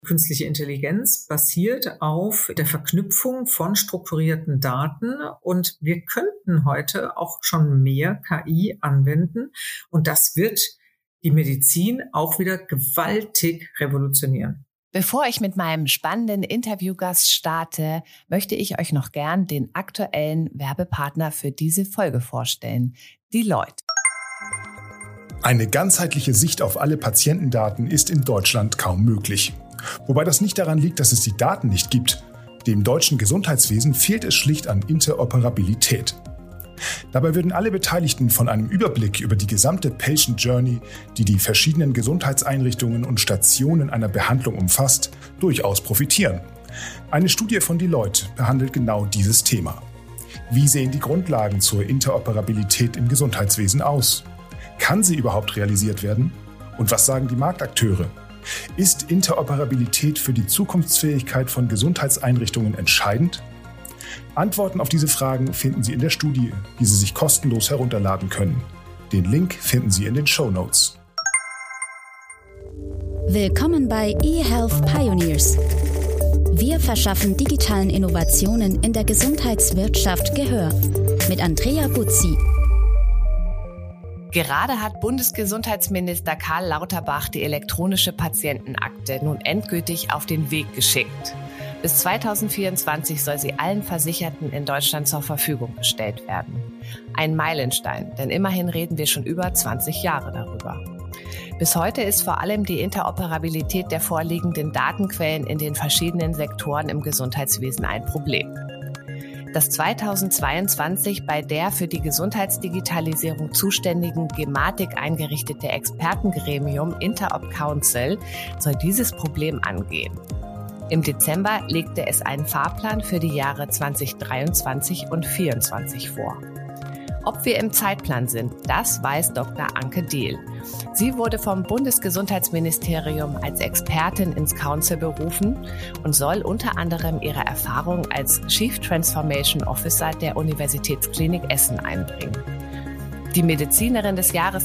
Künstliche Intelligenz basiert auf der Verknüpfung von strukturierten Daten und wir könnten heute auch schon mehr KI anwenden und das wird die Medizin auch wieder gewaltig revolutionieren. Bevor ich mit meinem spannenden Interviewgast starte, möchte ich euch noch gern den aktuellen Werbepartner für diese Folge vorstellen, Deloitte. Eine ganzheitliche Sicht auf alle Patientendaten ist in Deutschland kaum möglich. Wobei das nicht daran liegt, dass es die Daten nicht gibt. Dem deutschen Gesundheitswesen fehlt es schlicht an Interoperabilität. Dabei würden alle Beteiligten von einem Überblick über die gesamte Patient Journey, die die verschiedenen Gesundheitseinrichtungen und Stationen einer Behandlung umfasst, durchaus profitieren. Eine Studie von Deloitte behandelt genau dieses Thema. Wie sehen die Grundlagen zur Interoperabilität im Gesundheitswesen aus? Kann sie überhaupt realisiert werden? Und was sagen die Marktakteure? Ist Interoperabilität für die Zukunftsfähigkeit von Gesundheitseinrichtungen entscheidend? Antworten auf diese Fragen finden Sie in der Studie, die Sie sich kostenlos herunterladen können. Den Link finden Sie in den Shownotes. Willkommen bei eHealth Pioneers. Wir verschaffen digitalen Innovationen in der Gesundheitswirtschaft Gehör. Mit Andrea Buzzi. Gerade hat Bundesgesundheitsminister Karl Lauterbach die elektronische Patientenakte nun endgültig auf den Weg geschickt. Bis 2024 soll sie allen Versicherten in Deutschland zur Verfügung gestellt werden. Ein Meilenstein, denn immerhin reden wir schon über 20 Jahre darüber. Bis heute ist vor allem die Interoperabilität der vorliegenden Datenquellen in den verschiedenen Sektoren im Gesundheitswesen ein Problem. Das 2022 bei der für die Gesundheitsdigitalisierung zuständigen Gematik eingerichtete Expertengremium Interop Council soll dieses Problem angehen. Im Dezember legte es einen Fahrplan für die Jahre 2023 und 2024 vor. Ob wir im Zeitplan sind, das weiß Dr. Anke Diehl. Sie wurde vom Bundesgesundheitsministerium als Expertin ins Council berufen und soll unter anderem ihre Erfahrung als Chief Transformation Officer der Universitätsklinik Essen einbringen. Die Medizinerin des Jahres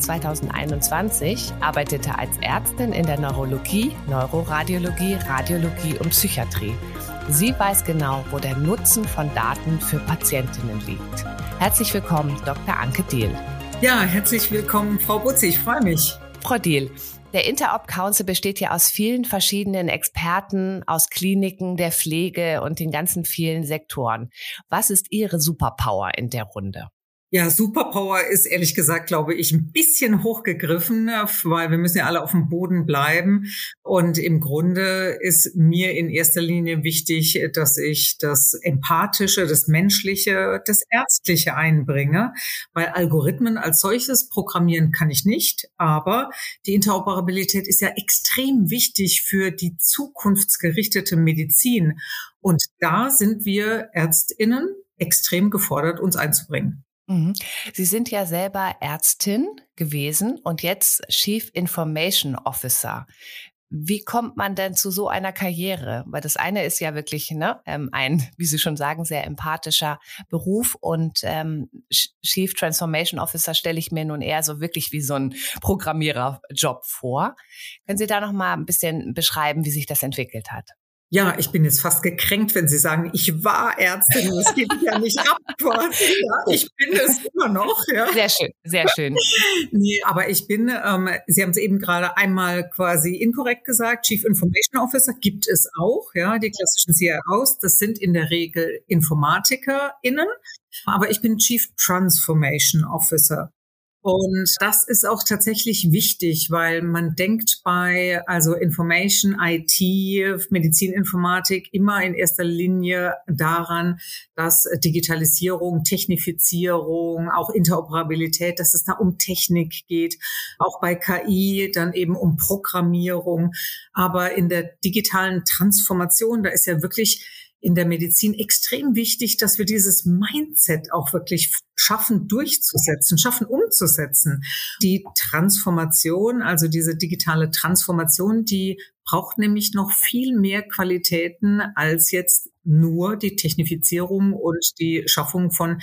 2021 arbeitete als Ärztin in der Neurologie, Neuroradiologie, Radiologie und Psychiatrie. Sie weiß genau, wo der Nutzen von Daten für Patientinnen liegt. Herzlich willkommen, Dr. Anke Diehl. Ja, herzlich willkommen, Frau Buzzi. Ich freue mich. Frau Diehl, der Interop Council besteht ja aus vielen verschiedenen Experten, aus Kliniken, der Pflege und den ganzen vielen Sektoren. Was ist Ihre Superpower in der Runde? Ja, Superpower ist ehrlich gesagt, glaube ich, ein bisschen hochgegriffen, weil wir müssen ja alle auf dem Boden bleiben. Und im Grunde ist mir in erster Linie wichtig, dass ich das Empathische, das Menschliche, das Ärztliche einbringe, weil Algorithmen als solches programmieren kann ich nicht. Aber die Interoperabilität ist ja extrem wichtig für die zukunftsgerichtete Medizin. Und da sind wir ÄrztInnen extrem gefordert, uns einzubringen. Sie sind ja selber Ärztin gewesen und jetzt Chief Information Officer. Wie kommt man denn zu so einer Karriere? Weil das eine ist ja wirklich ein, wie Sie schon sagen, sehr empathischer Beruf und Chief Transformation Officer stelle ich mir nun eher so wirklich wie so ein Programmiererjob vor. Können Sie da noch mal ein bisschen beschreiben, wie sich das entwickelt hat? Ja, ich bin jetzt fast gekränkt, wenn Sie sagen, ich war Ärztin. Das geht ja nicht ab. Ja, ich bin es immer noch. Ja. Sehr schön, sehr schön. Nee, aber ich bin, Sie haben es eben gerade einmal quasi inkorrekt gesagt, Chief Information Officer gibt es auch. Ja, die klassischen CIOs, das sind in der Regel InformatikerInnen. Aber ich bin Chief Transformation Officer. Und das ist auch tatsächlich wichtig, weil man denkt bei Information, IT, Medizininformatik immer in erster Linie daran, dass Digitalisierung, Technifizierung, auch Interoperabilität, dass es da um Technik geht. Auch bei KI dann eben um Programmierung. Aber in der digitalen Transformation, da ist ja wirklich in der Medizin extrem wichtig, dass wir dieses Mindset auch wirklich schaffen durchzusetzen, schaffen umzusetzen. Die Transformation, also diese digitale Transformation, die braucht nämlich noch viel mehr Qualitäten als jetzt nur die Technifizierung und die Schaffung von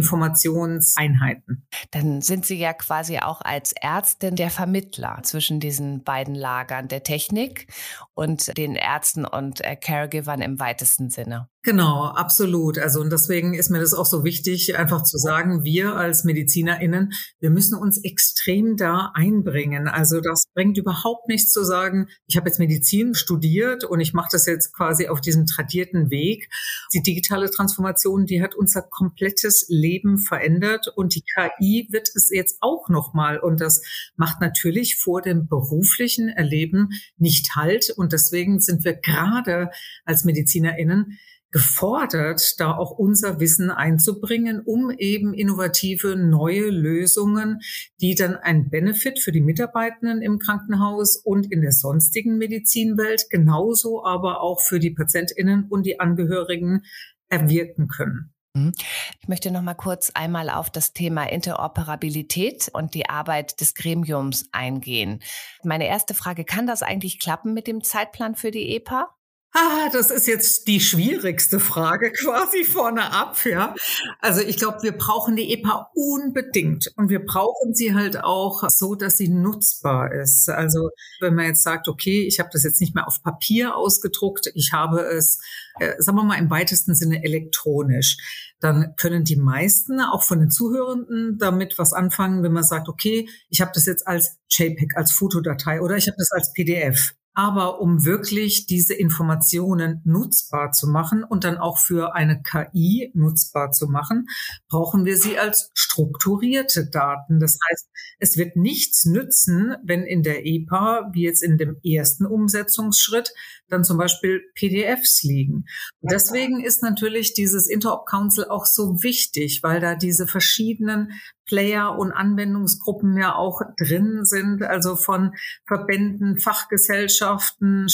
Informationseinheiten. Dann sind Sie ja quasi auch als Ärztin der Vermittler zwischen diesen beiden Lagern der Technik und den Ärzten und Caregivern im weitesten Sinne. Genau, absolut. Also und deswegen ist mir das auch so wichtig, einfach zu sagen, wir als MedizinerInnen, wir müssen uns extrem da einbringen. Also das bringt überhaupt nichts zu sagen, ich habe jetzt Medizin studiert und ich mache das jetzt quasi auf diesem tradierten Weg. Die digitale Transformation, die hat unser komplettes Leben verändert und die KI wird es jetzt auch nochmal. Und das macht natürlich vor dem beruflichen Erleben nicht Halt. Und deswegen sind wir gerade als MedizinerInnen gefordert, da auch unser Wissen einzubringen, um eben innovative neue Lösungen, die dann ein Benefit für die Mitarbeitenden im Krankenhaus und in der sonstigen Medizinwelt, genauso aber auch für die PatientInnen und die Angehörigen erwirken können. Ich möchte noch mal kurz einmal auf das Thema Interoperabilität und die Arbeit des Gremiums eingehen. Meine erste Frage, kann das eigentlich klappen mit dem Zeitplan für die EPA? Das ist jetzt die schwierigste Frage quasi vorne ab, ja. Also ich glaube, wir brauchen die EPA unbedingt und wir brauchen sie halt auch so, dass sie nutzbar ist. Also wenn man jetzt sagt, okay, ich habe das jetzt nicht mehr auf Papier ausgedruckt, ich habe es, sagen wir mal, im weitesten Sinne elektronisch, dann können die meisten, auch von den Zuhörenden, damit was anfangen, wenn man sagt, okay, ich habe das jetzt als JPEG, als Fotodatei oder ich habe das als PDF. Aber um wirklich diese Informationen nutzbar zu machen und dann auch für eine KI nutzbar zu machen, brauchen wir sie als strukturierte Daten. Das heißt, es wird nichts nützen, wenn in der EPA, wie jetzt in dem ersten Umsetzungsschritt, dann zum Beispiel PDFs liegen. Und deswegen ist natürlich dieses Interop Council auch so wichtig, weil da diese verschiedenen Player und Anwendungsgruppen ja auch drin sind, also von Verbänden, Fachgesellschaften,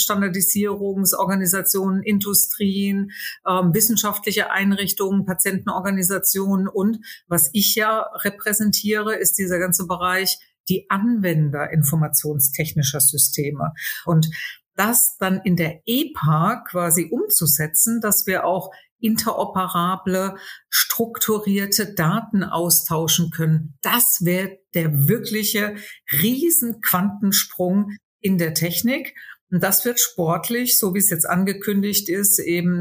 Standardisierungsorganisationen, Industrien, wissenschaftliche Einrichtungen, Patientenorganisationen und was ich ja repräsentiere, ist dieser ganze Bereich die Anwender informationstechnischer Systeme. Und das dann in der EPA quasi umzusetzen, dass wir auch interoperable, strukturierte Daten austauschen können. Das wäre der wirkliche Riesenquantensprung in der Technik. Und das wird sportlich, so wie es jetzt angekündigt ist, eben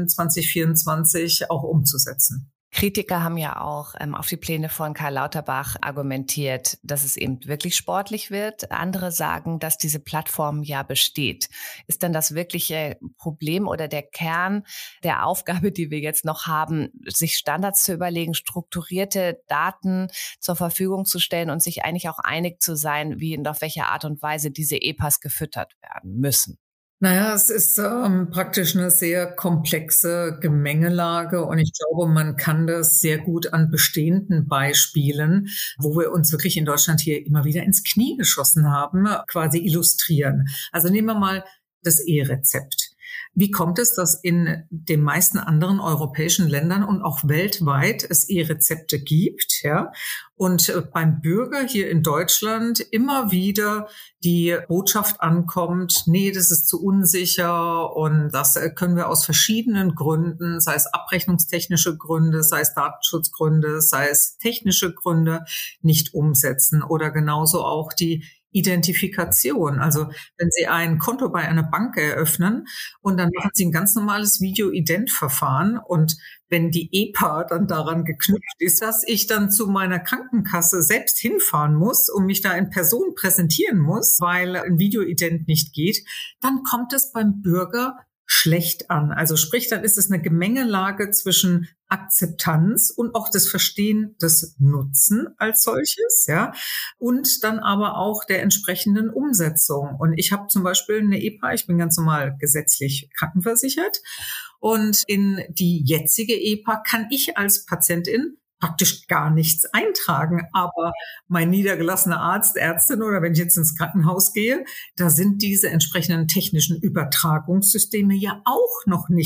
2024 auch umzusetzen. Kritiker haben ja auch auf die Pläne von Karl Lauterbach argumentiert, dass es eben wirklich sportlich wird. Andere sagen, dass diese Plattform ja besteht. Ist denn das wirkliche Problem oder der Kern der Aufgabe, die wir jetzt noch haben, sich Standards zu überlegen, strukturierte Daten zur Verfügung zu stellen und sich eigentlich auch einig zu sein, wie und auf welche Art und Weise diese EPAs gefüttert werden müssen? Naja, es ist praktisch eine sehr komplexe Gemengelage und ich glaube, man kann das sehr gut an bestehenden Beispielen, wo wir uns wirklich in Deutschland hier immer wieder ins Knie geschossen haben, quasi illustrieren. Also nehmen wir mal das E-Rezept. Wie kommt es, dass in den meisten anderen europäischen Ländern und auch weltweit es E-Rezepte gibt, ja? Und beim Bürger hier in Deutschland immer wieder die Botschaft ankommt, nee, das ist zu unsicher und das können wir aus verschiedenen Gründen, sei es abrechnungstechnische Gründe, sei es Datenschutzgründe, sei es technische Gründe, nicht umsetzen. Oder genauso auch die Identifikation. Also wenn Sie ein Konto bei einer Bank eröffnen und dann machen Sie ein ganz normales Video-Ident-Verfahren und wenn die EPA dann daran geknüpft ist, dass ich dann zu meiner Krankenkasse selbst hinfahren muss und mich da in Person präsentieren muss, weil ein Video-Ident nicht geht, dann kommt es beim Bürger schlecht an. Also sprich, dann ist es eine Gemengelage zwischen Akzeptanz und auch das Verstehen des Nutzen als solches, ja, und dann aber auch der entsprechenden Umsetzung. Und ich habe zum Beispiel eine EPA, ich bin ganz normal gesetzlich krankenversichert und in die jetzige EPA kann ich als Patientin praktisch gar nichts eintragen. Aber mein niedergelassener Arzt, Ärztin oder wenn ich jetzt ins Krankenhaus gehe, da sind diese entsprechenden technischen Übertragungssysteme ja auch noch nicht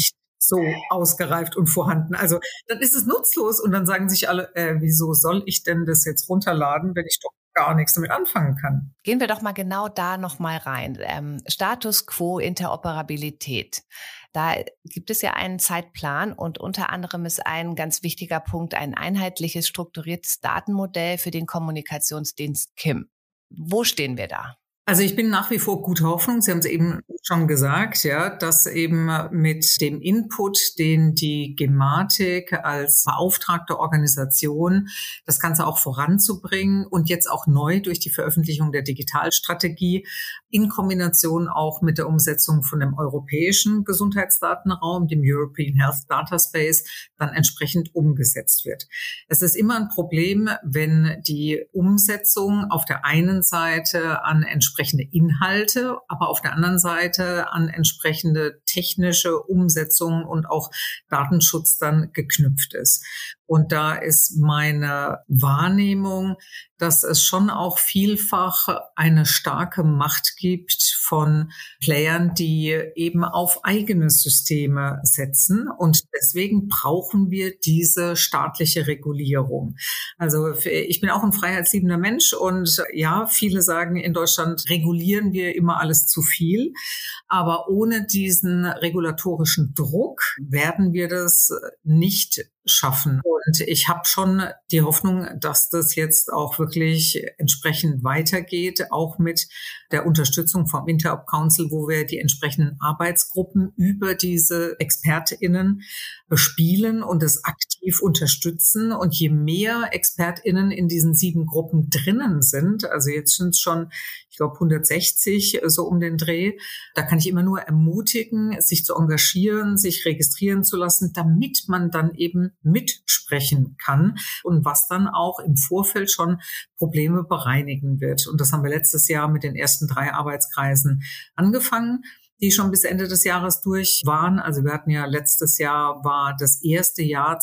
so ausgereift und vorhanden. Also dann ist es nutzlos und dann sagen sich alle, wieso soll ich denn das jetzt runterladen, wenn ich doch gar nichts damit anfangen kann. Gehen wir doch mal genau da noch mal rein. Status quo Interoperabilität. Da gibt es ja einen Zeitplan und unter anderem ist ein ganz wichtiger Punkt ein einheitliches, strukturiertes Datenmodell für den Kommunikationsdienst KIM. Wo stehen wir da? Also ich bin nach wie vor guter Hoffnung. Sie haben es eben schon gesagt, ja, dass eben mit dem Input, den die Gematik als beauftragte Organisation das Ganze auch voranzubringen und jetzt auch neu durch die Veröffentlichung der Digitalstrategie in Kombination auch mit der Umsetzung von dem europäischen Gesundheitsdatenraum, dem European Health Data Space, dann entsprechend umgesetzt wird. Es ist immer ein Problem, wenn die Umsetzung auf der einen Seite an entsprechende Inhalte, aber auf der anderen Seite an entsprechende technische Umsetzung und auch Datenschutz dann geknüpft ist. Und da ist meine Wahrnehmung, dass es schon auch vielfach eine starke Macht gibt von Playern, die eben auf eigene Systeme setzen. Und deswegen brauchen wir diese staatliche Regulierung. Also ich bin auch ein freiheitsliebender Mensch und ja, viele sagen, in Deutschland regulieren wir immer alles zu viel. Aber ohne diesen regulatorischen Druck werden wir das nicht schaffen. Und ich habe schon die Hoffnung, dass das jetzt auch wirklich entsprechend weitergeht, auch mit der Unterstützung vom Interop Council, wo wir die entsprechenden Arbeitsgruppen über diese ExpertInnen bespielen und es aktiv unterstützen. Und je mehr ExpertInnen in diesen 7 Gruppen drinnen sind, also jetzt sind es schon, ich glaube, 160 so um den Dreh, da kann ich immer nur ermutigen, sich zu engagieren, sich registrieren zu lassen, damit man dann eben mitsprechen kann und was dann auch im Vorfeld schon Probleme bereinigen wird. Und das haben wir letztes Jahr mit den ersten 3 Arbeitskreisen angefangen, die schon bis Ende des Jahres durch waren. Also wir hatten ja letztes Jahr war das erste Jahr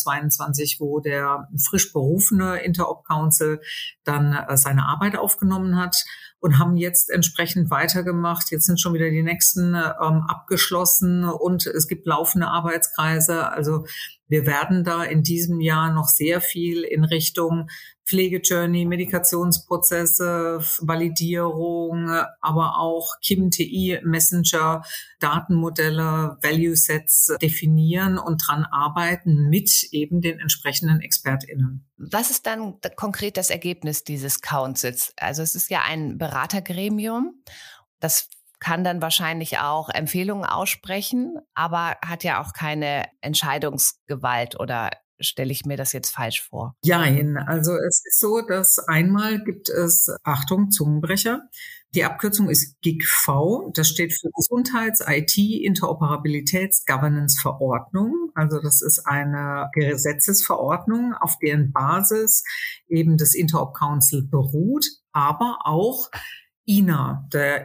2022, wo der frisch berufene Interop Council dann seine Arbeit aufgenommen hat und haben jetzt entsprechend weitergemacht. Jetzt sind schon wieder die nächsten abgeschlossen und es gibt laufende Arbeitskreise. Also wir werden da in diesem Jahr noch sehr viel in Richtung Pflegejourney, Medikationsprozesse, Validierung, aber auch KIM-TI, Messenger, Datenmodelle, Value Sets definieren und dran arbeiten mit eben den entsprechenden ExpertInnen. Was ist dann konkret das Ergebnis dieses Councils? Also es ist ja ein Beratergremium, das kann dann wahrscheinlich auch Empfehlungen aussprechen, aber hat ja auch keine Entscheidungsgewalt, oder stelle ich mir das jetzt falsch vor? Jein, also es ist so, dass einmal gibt es, Achtung, Zungenbrecher, die Abkürzung ist GIGV, das steht für Gesundheits-, IT-, Interoperabilitäts-, Governance-Verordnung. Also das ist eine Gesetzesverordnung, auf deren Basis eben das Interop Council beruht, aber auch INA, der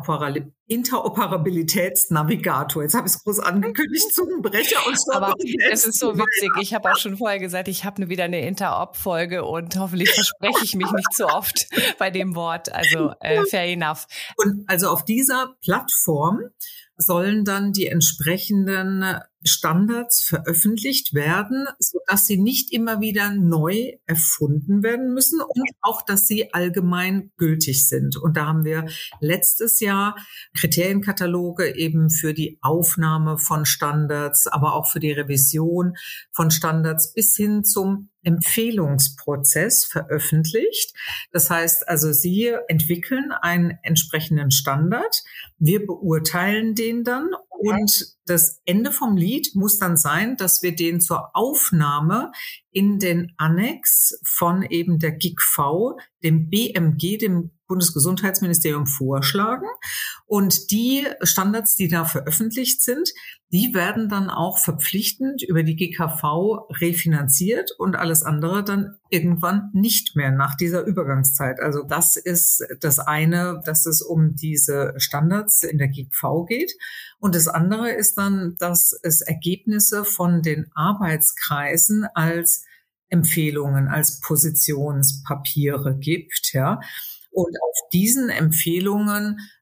Interoperabilitätsnavigator. Jetzt habe ich es groß angekündigt, Zungenbrecher und so. Aber es ist so witzig. Ich habe auch schon vorher gesagt, ich habe wieder eine Interop-Folge und hoffentlich verspreche ich mich nicht zu oft bei dem Wort. Also fair enough. Und also auf dieser Plattform sollen dann die entsprechenden Standards veröffentlicht werden, sodass sie nicht immer wieder neu erfunden werden müssen und auch, dass sie allgemein gültig sind. Und da haben wir letztes Jahr Kriterienkataloge eben für die Aufnahme von Standards, aber auch für die Revision von Standards bis hin zum Empfehlungsprozess veröffentlicht. Das heißt also, Sie entwickeln einen entsprechenden Standard, wir beurteilen den dann und das Ende vom Lied muss dann sein, dass wir den zur Aufnahme in den Annex von eben der GIGV, dem BMG, dem Bundesgesundheitsministerium, vorschlagen. Und die Standards, die da veröffentlicht sind, die werden dann auch verpflichtend über die GKV refinanziert und alles andere dann irgendwann nicht mehr nach dieser Übergangszeit. Also das ist das eine, dass es um diese Standards in der GKV geht. Und das andere ist dann, dass es Ergebnisse von den Arbeitskreisen als Empfehlungen, als Positionspapiere gibt, ja. Und auf diesen Empfehlungen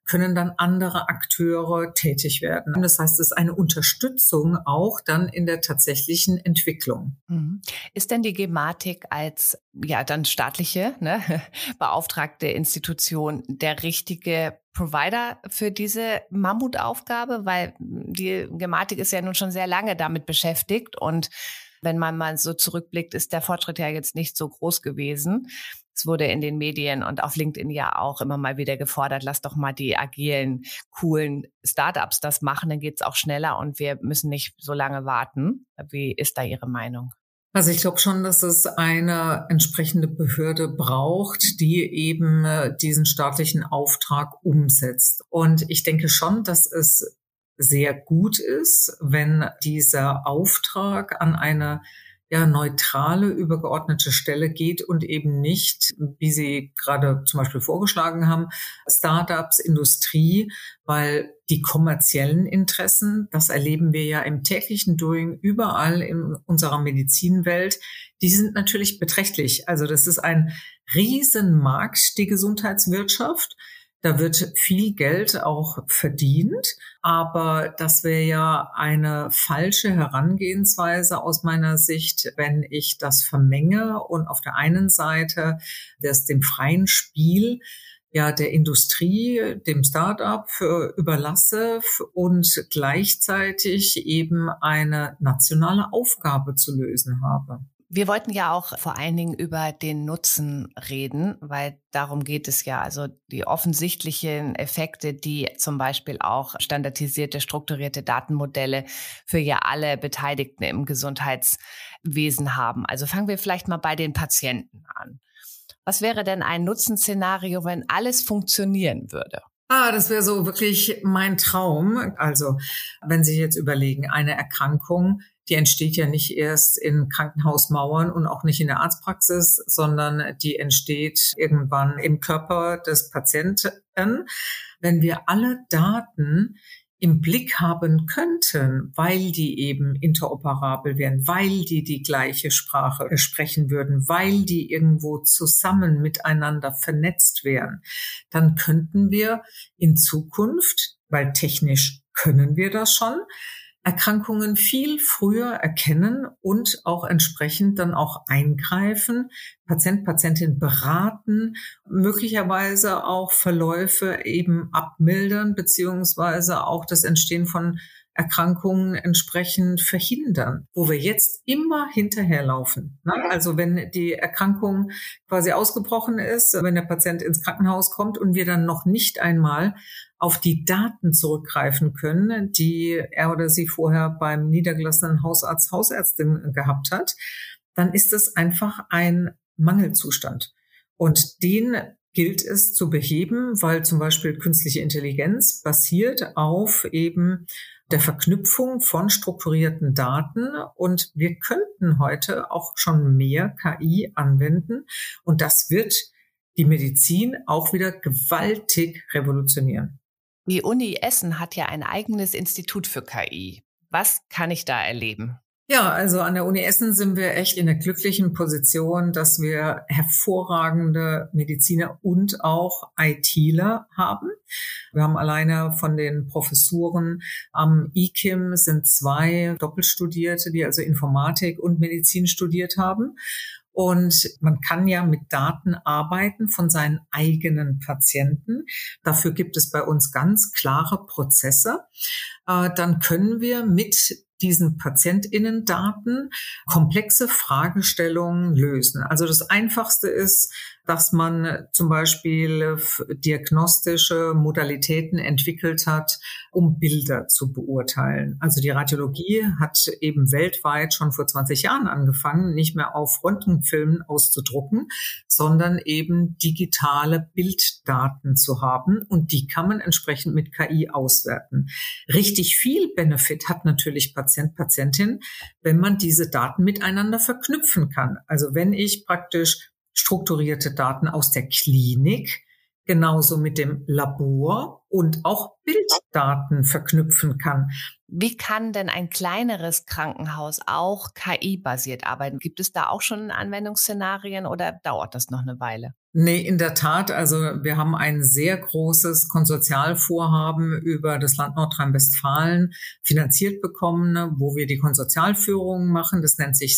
können dann andere Akteure tätig werden. Das heißt, es ist eine Unterstützung auch dann in der tatsächlichen Entwicklung. Ist denn die Gematik als dann staatliche, beauftragte Institution der richtige Provider für diese Mammutaufgabe? Weil die Gematik ist ja nun schon sehr lange damit beschäftigt und wenn man mal so zurückblickt, ist der Fortschritt ja jetzt nicht so groß gewesen. Es wurde in den Medien und auf LinkedIn ja auch immer mal wieder gefordert, lass doch mal die agilen, coolen Startups das machen, dann geht's auch schneller und wir müssen nicht so lange warten. Wie ist da Ihre Meinung? Also ich glaube schon, dass es eine entsprechende Behörde braucht, die eben diesen staatlichen Auftrag umsetzt. Und ich denke schon, dass es sehr gut ist, wenn dieser Auftrag an eine neutrale, übergeordnete Stelle geht und eben nicht, wie Sie gerade zum Beispiel vorgeschlagen haben, Startups, Industrie, weil die kommerziellen Interessen, das erleben wir ja im täglichen Doing überall in unserer Medizinwelt, die sind natürlich beträchtlich. Also das ist ein Riesenmarkt, die Gesundheitswirtschaft. Da wird viel Geld auch verdient, aber das wäre ja eine falsche Herangehensweise aus meiner Sicht, wenn ich das vermenge und auf der einen Seite dem freien Spiel der Industrie, dem Start-up überlasse und gleichzeitig eben eine nationale Aufgabe zu lösen habe. Wir wollten ja auch vor allen Dingen über den Nutzen reden, weil darum geht es ja. Also die offensichtlichen Effekte, die zum Beispiel auch standardisierte, strukturierte Datenmodelle für ja alle Beteiligten im Gesundheitswesen haben. Also fangen wir vielleicht mal bei den Patienten an. Was wäre denn ein Nutzenszenario, wenn alles funktionieren würde? Das wäre so wirklich mein Traum. Also wenn Sie jetzt überlegen, eine Erkrankung, die entsteht ja nicht erst in Krankenhausmauern und auch nicht in der Arztpraxis, sondern die entsteht irgendwann im Körper des Patienten. Wenn wir alle Daten im Blick haben könnten, weil die eben interoperabel wären, weil die gleiche Sprache sprechen würden, weil die irgendwo zusammen miteinander vernetzt wären, dann könnten wir in Zukunft, weil technisch können wir das schon, Erkrankungen viel früher erkennen und auch entsprechend dann auch eingreifen, Patient, Patientin beraten, möglicherweise auch Verläufe eben abmildern, beziehungsweise auch das Entstehen von Erkrankungen entsprechend verhindern, wo wir jetzt immer hinterherlaufen. Also wenn die Erkrankung quasi ausgebrochen ist, wenn der Patient ins Krankenhaus kommt und wir dann noch nicht einmal auf die Daten zurückgreifen können, die er oder sie vorher beim niedergelassenen Hausarzt, Hausärztin gehabt hat, dann ist es einfach ein Mangelzustand. Und den gilt es zu beheben, weil zum Beispiel künstliche Intelligenz basiert auf eben der Verknüpfung von strukturierten Daten. Und wir könnten heute auch schon mehr KI anwenden. Und das wird die Medizin auch wieder gewaltig revolutionieren. Die Uni Essen hat ja ein eigenes Institut für KI. Was kann ich da erleben? Ja, also an der Uni Essen sind wir echt in der glücklichen Position, dass wir hervorragende Mediziner und auch ITler haben. Wir haben alleine von den Professuren am IKIM sind 2 Doppelstudierte, die also Informatik und Medizin studiert haben. Und man kann ja mit Daten arbeiten von seinen eigenen Patienten. Dafür gibt es bei uns ganz klare Prozesse. Dann können wir mit diesen PatientInnen-Daten komplexe Fragestellungen lösen. Also das Einfachste ist, dass man zum Beispiel diagnostische Modalitäten entwickelt hat, um Bilder zu beurteilen. Also die Radiologie hat eben weltweit schon vor 20 Jahren angefangen, nicht mehr auf Röntgenfilmen auszudrucken, sondern eben digitale Bilddaten zu haben. Und die kann man entsprechend mit KI auswerten. Richtig viel Benefit hat natürlich Patient, Patientin, wenn man diese Daten miteinander verknüpfen kann. Also wenn ich praktisch strukturierte Daten aus der Klinik genauso mit dem Labor und auch Bilddaten verknüpfen kann. Wie kann denn ein kleineres Krankenhaus auch KI-basiert arbeiten? Gibt es da auch schon Anwendungsszenarien oder dauert das noch eine Weile? Nee, in der Tat. Also wir haben ein sehr großes Konsortialvorhaben über das Land Nordrhein-Westfalen finanziert bekommen, wo wir die Konsortialführung machen. Das nennt sich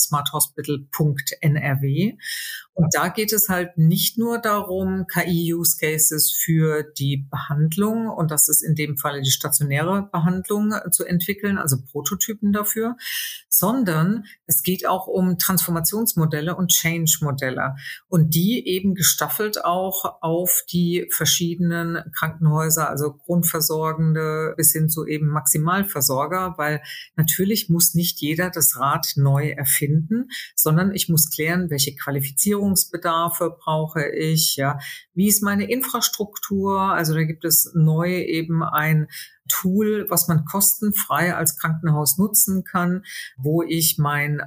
smarthospital.nrw. Und da geht es halt nicht nur darum, KI-Use-Cases für die Behandlung, und das ist in dem Falle die stationäre Behandlung, zu entwickeln, also Prototypen dafür, sondern es geht auch um Transformationsmodelle und Change-Modelle. Und die eben gestaffelt auch auf die verschiedenen Krankenhäuser, also Grundversorgende bis hin zu eben Maximalversorger, weil natürlich muss nicht jeder das Rad neu erfinden, sondern ich muss klären, welche Qualifizierungsbedarfe brauche ich, ja, wie ist meine Infrastruktur? Also da gibt es neu eben ein Tool, was man kostenfrei als Krankenhaus nutzen kann, wo ich mein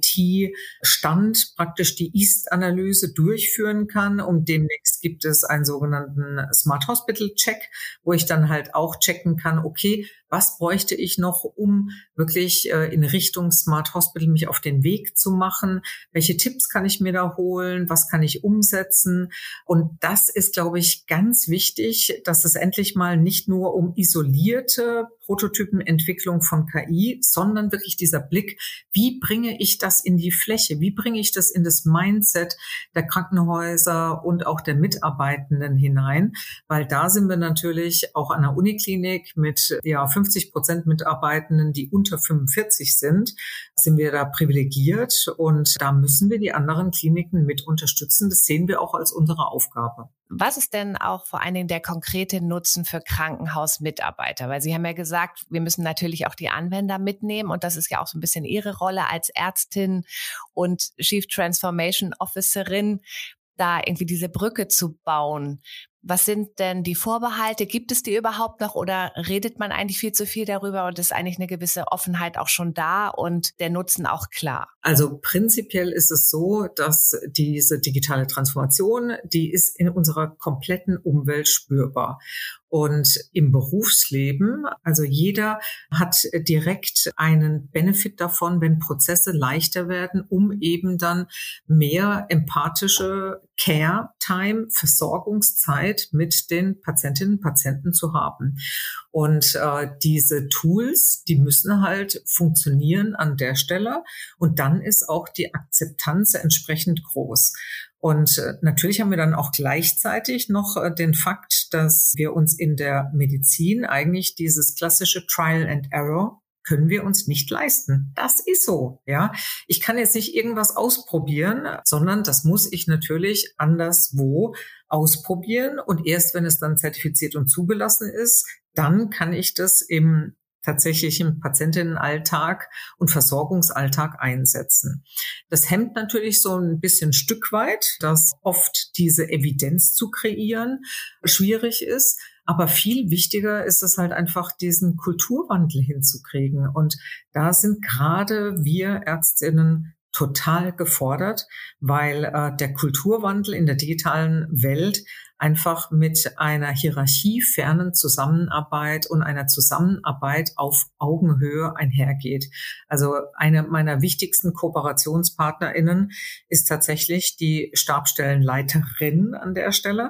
IT-Stand, praktisch die Ist-Analyse durchführen kann. Und demnächst gibt es einen sogenannten Smart Hospital Check, wo ich dann halt auch checken kann, okay, was bräuchte ich noch, um wirklich in Richtung Smart Hospital mich auf den Weg zu machen? Welche Tipps kann ich mir da holen? Was kann ich umsetzen? Und das ist, glaube ich, ganz wichtig, dass es endlich mal nicht nur um isolierte Prototypenentwicklung von KI, sondern wirklich dieser Blick, wie bringe ich das in die Fläche? Wie bringe ich das in das Mindset der Krankenhäuser und auch der Mitarbeitenden hinein? Weil da sind wir natürlich auch an der Uniklinik mit 50% Mitarbeitenden, die unter 45 sind wir da privilegiert, und da müssen wir die anderen Kliniken mit unterstützen. Das sehen wir auch als unsere Aufgabe. Was ist denn auch vor allen Dingen der konkrete Nutzen für Krankenhausmitarbeiter? Weil Sie haben ja gesagt, wir müssen natürlich auch die Anwender mitnehmen, und das ist ja auch so ein bisschen Ihre Rolle als Ärztin und Chief Transformation Officerin, da irgendwie diese Brücke zu bauen. Was sind denn die Vorbehalte? Gibt es die überhaupt noch, oder redet man eigentlich viel zu viel darüber und ist eigentlich eine gewisse Offenheit auch schon da und der Nutzen auch klar? Also prinzipiell ist es so, dass diese digitale Transformation, die ist in unserer kompletten Umwelt spürbar. Und im Berufsleben, also jeder hat direkt einen Benefit davon, wenn Prozesse leichter werden, um eben dann mehr empathische Care-Time, Versorgungszeit mit den Patientinnen und Patienten zu haben. Und diese Tools, die müssen halt funktionieren an der Stelle, und dann ist auch die Akzeptanz entsprechend groß. Und natürlich haben wir dann auch gleichzeitig noch den Fakt, dass wir uns in der Medizin eigentlich dieses klassische Trial and Error können wir uns nicht leisten. Das ist so, ja. Ich kann jetzt nicht irgendwas ausprobieren, sondern das muss ich natürlich anderswo ausprobieren. Und erst wenn es dann zertifiziert und zugelassen ist, dann kann ich das im tatsächlichen Patientinnenalltag und Versorgungsalltag einsetzen. Das hemmt natürlich so ein bisschen Stück weit, dass oft diese Evidenz zu kreieren schwierig ist. Aber viel wichtiger ist es halt einfach, diesen Kulturwandel hinzukriegen. Und da sind gerade wir Ärztinnen total gefordert, weil der Kulturwandel in der digitalen Welt einfach mit einer hierarchiefernen Zusammenarbeit und einer Zusammenarbeit auf Augenhöhe einhergeht. Also eine meiner wichtigsten KooperationspartnerInnen ist tatsächlich die Stabstellenleiterin an der Stelle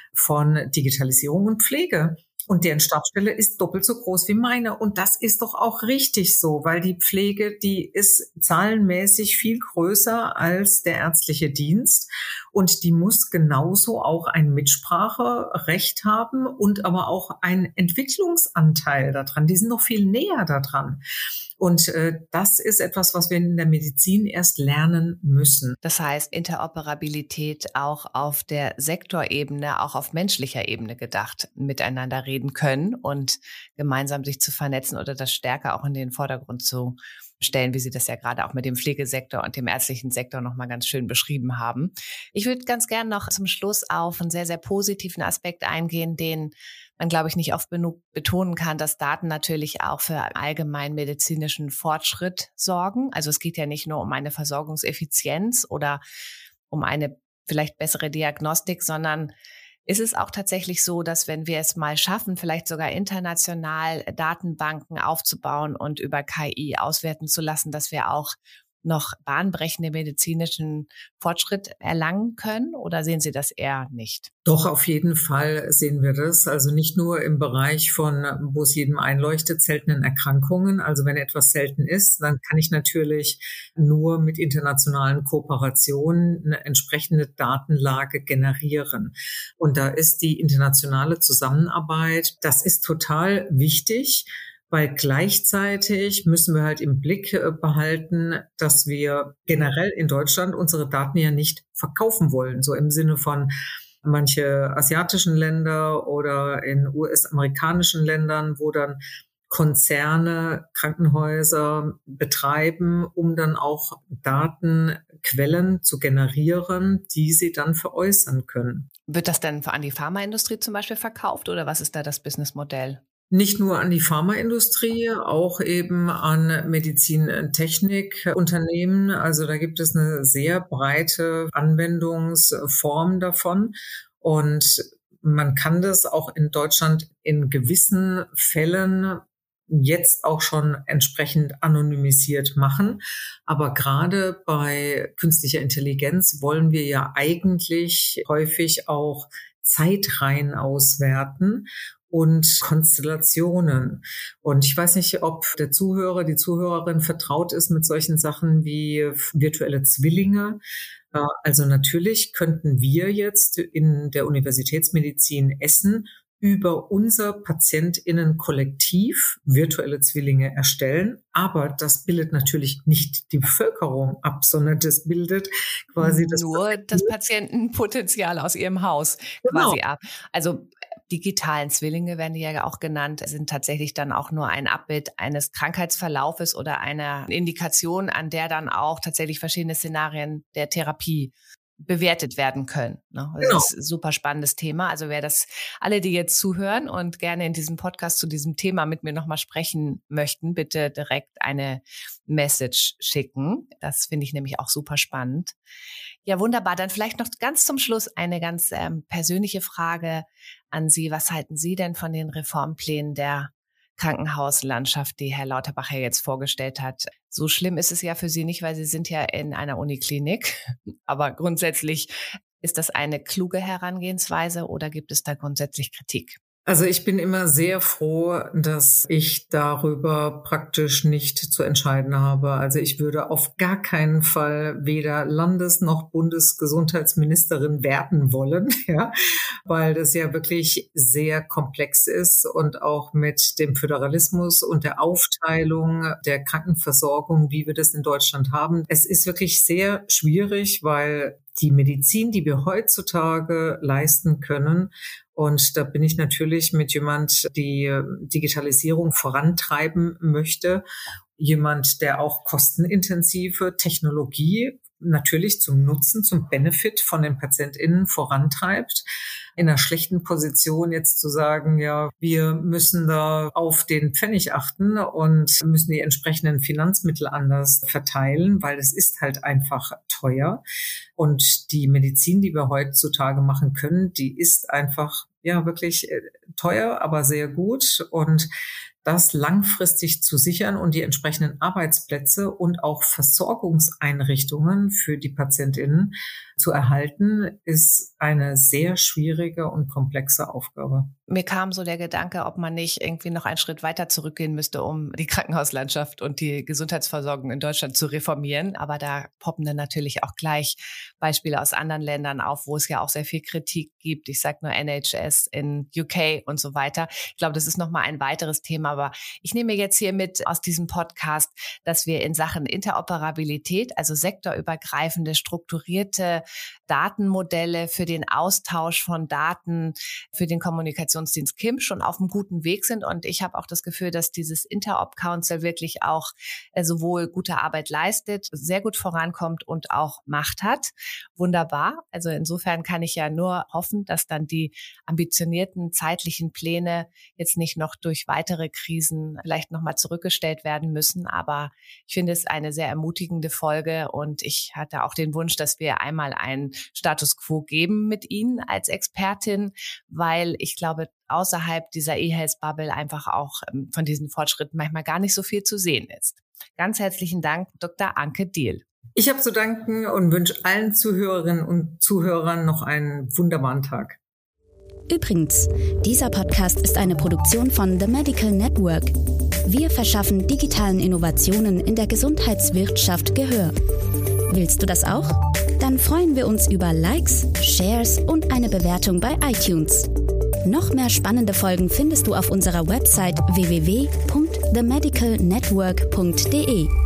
von Digitalisierung und Pflege. Und deren Stabsstelle ist doppelt so groß wie meine. Und das ist doch auch richtig so, weil die Pflege, die ist zahlenmäßig viel größer als der ärztliche Dienst. Und die muss genauso auch ein Mitspracherecht haben und aber auch einen Entwicklungsanteil daran. Die sind noch viel näher daran. Und das ist etwas, was wir in der Medizin erst lernen müssen. Das heißt, Interoperabilität auch auf der Sektorebene, auch auf menschlicher Ebene gedacht, miteinander reden können und gemeinsam sich zu vernetzen oder das stärker auch in den Vordergrund zu stellen, wie Sie das ja gerade auch mit dem Pflegesektor und dem ärztlichen Sektor nochmal ganz schön beschrieben haben. Ich würde ganz gern noch zum Schluss auf einen sehr, sehr positiven Aspekt eingehen, den man, glaube ich, nicht oft genug betonen kann, dass Daten natürlich auch für allgemein medizinischen Fortschritt sorgen. Also es geht ja nicht nur um eine Versorgungseffizienz oder um eine vielleicht bessere Diagnostik, sondern ist es auch tatsächlich so, dass wenn wir es mal schaffen, vielleicht sogar international Datenbanken aufzubauen und über KI auswerten zu lassen, dass wir auch noch bahnbrechende medizinischen Fortschritt erlangen können, oder sehen Sie das eher nicht? Doch, auf jeden Fall sehen wir das. Also nicht nur im Bereich von, wo es jedem einleuchtet, seltenen Erkrankungen. Also wenn etwas selten ist, dann kann ich natürlich nur mit internationalen Kooperationen eine entsprechende Datenlage generieren. Und da ist die internationale Zusammenarbeit, das ist total wichtig. Weil gleichzeitig müssen wir halt im Blick behalten, dass wir generell in Deutschland unsere Daten ja nicht verkaufen wollen. So im Sinne von manche asiatischen Länder oder in US-amerikanischen Ländern, wo dann Konzerne Krankenhäuser betreiben, um dann auch Datenquellen zu generieren, die sie dann veräußern können. Wird das denn an die Pharmaindustrie zum Beispiel verkauft oder was ist da das Businessmodell? Nicht nur an die Pharmaindustrie, auch eben an Medizintechnikunternehmen. Also da gibt es eine sehr breite Anwendungsform davon. Und man kann das auch in Deutschland in gewissen Fällen jetzt auch schon entsprechend anonymisiert machen. Aber gerade bei künstlicher Intelligenz wollen wir ja eigentlich häufig auch Zeitreihen auswerten und Konstellationen. Und ich weiß nicht, ob der Zuhörer, die Zuhörerin vertraut ist mit solchen Sachen wie virtuelle Zwillinge. Also natürlich könnten wir jetzt in der Universitätsmedizin Essen über unser PatientInnen-Kollektiv virtuelle Zwillinge erstellen. Aber das bildet natürlich nicht die Bevölkerung ab, sondern das bildet quasi das Patientenpotenzial aus ihrem Haus quasi ab. Also digitalen Zwillinge werden die ja auch genannt, sind tatsächlich dann auch nur ein Abbild eines Krankheitsverlaufes oder einer Indikation, an der dann auch tatsächlich verschiedene Szenarien der Therapie bewertet werden können. Das ist ein super spannendes Thema. Also alle, die jetzt zuhören und gerne in diesem Podcast zu diesem Thema mit mir nochmal sprechen möchten, bitte direkt eine Message schicken. Das finde ich nämlich auch super spannend. Ja, wunderbar. Dann vielleicht noch ganz zum Schluss eine ganz persönliche Frage an Sie. Was halten Sie denn von den Reformplänen der Krankenhauslandschaft, die Herr Lauterbach ja jetzt vorgestellt hat? So schlimm ist es ja für Sie nicht, weil Sie sind ja in einer Uniklinik. Aber grundsätzlich, ist das eine kluge Herangehensweise oder gibt es da grundsätzlich Kritik? Also ich bin immer sehr froh, dass ich darüber praktisch nicht zu entscheiden habe. Also ich würde auf gar keinen Fall weder Landes- noch Bundesgesundheitsministerin werden wollen, ja, weil das ja wirklich sehr komplex ist und auch mit dem Föderalismus und der Aufteilung der Krankenversorgung, wie wir das in Deutschland haben. Es ist wirklich sehr schwierig, weil die Medizin, die wir heutzutage leisten können, und da bin ich natürlich mit jemand, die Digitalisierung vorantreiben möchte, jemand, der auch kostenintensive Technologie natürlich zum Nutzen, zum Benefit von den PatientInnen vorantreibt. In einer schlechten Position jetzt zu sagen, ja, wir müssen da auf den Pfennig achten und müssen die entsprechenden Finanzmittel anders verteilen, weil es ist halt einfach teuer. Und die Medizin, die wir heutzutage machen können, die ist einfach, ja, wirklich teuer, aber sehr gut. Und das langfristig zu sichern und die entsprechenden Arbeitsplätze und auch Versorgungseinrichtungen für die PatientInnen zu erhalten, ist eine sehr schwierige und komplexe Aufgabe. Mir kam so der Gedanke, ob man nicht irgendwie noch einen Schritt weiter zurückgehen müsste, um die Krankenhauslandschaft und die Gesundheitsversorgung in Deutschland zu reformieren. Aber da poppen dann natürlich auch gleich Beispiele aus anderen Ländern auf, wo es ja auch sehr viel Kritik gibt. Ich sage nur NHS in UK und so weiter. Ich glaube, das ist nochmal ein weiteres Thema. Aber ich nehme jetzt hier mit aus diesem Podcast, dass wir in Sachen Interoperabilität, also sektorübergreifende, strukturierte Datenmodelle für den Austausch von Daten für den Kommunikationsdienst KIM schon auf einem guten Weg sind. Und ich habe auch das Gefühl, dass dieses Interop Council wirklich auch sowohl gute Arbeit leistet, sehr gut vorankommt und auch Macht hat. Wunderbar. Also insofern kann ich ja nur hoffen, dass dann die ambitionierten zeitlichen Pläne jetzt nicht noch durch weitere Krisen vielleicht nochmal zurückgestellt werden müssen. Aber ich finde es eine sehr ermutigende Folge und ich hatte auch den Wunsch, dass wir einmal einen Status quo geben mit Ihnen als Expertin, weil ich glaube, glaube, außerhalb dieser eHealth-Bubble einfach auch von diesen Fortschritten manchmal gar nicht so viel zu sehen ist. Ganz herzlichen Dank, Dr. Anke Diehl. Ich habe zu danken und wünsche allen Zuhörerinnen und Zuhörern noch einen wunderbaren Tag. Übrigens, dieser Podcast ist eine Produktion von The Medical Network. Wir verschaffen digitalen Innovationen in der Gesundheitswirtschaft Gehör. Willst du das auch? Dann freuen wir uns über Likes, Shares und eine Bewertung bei iTunes. Noch mehr spannende Folgen findest du auf unserer Website www.themedicalnetwork.de.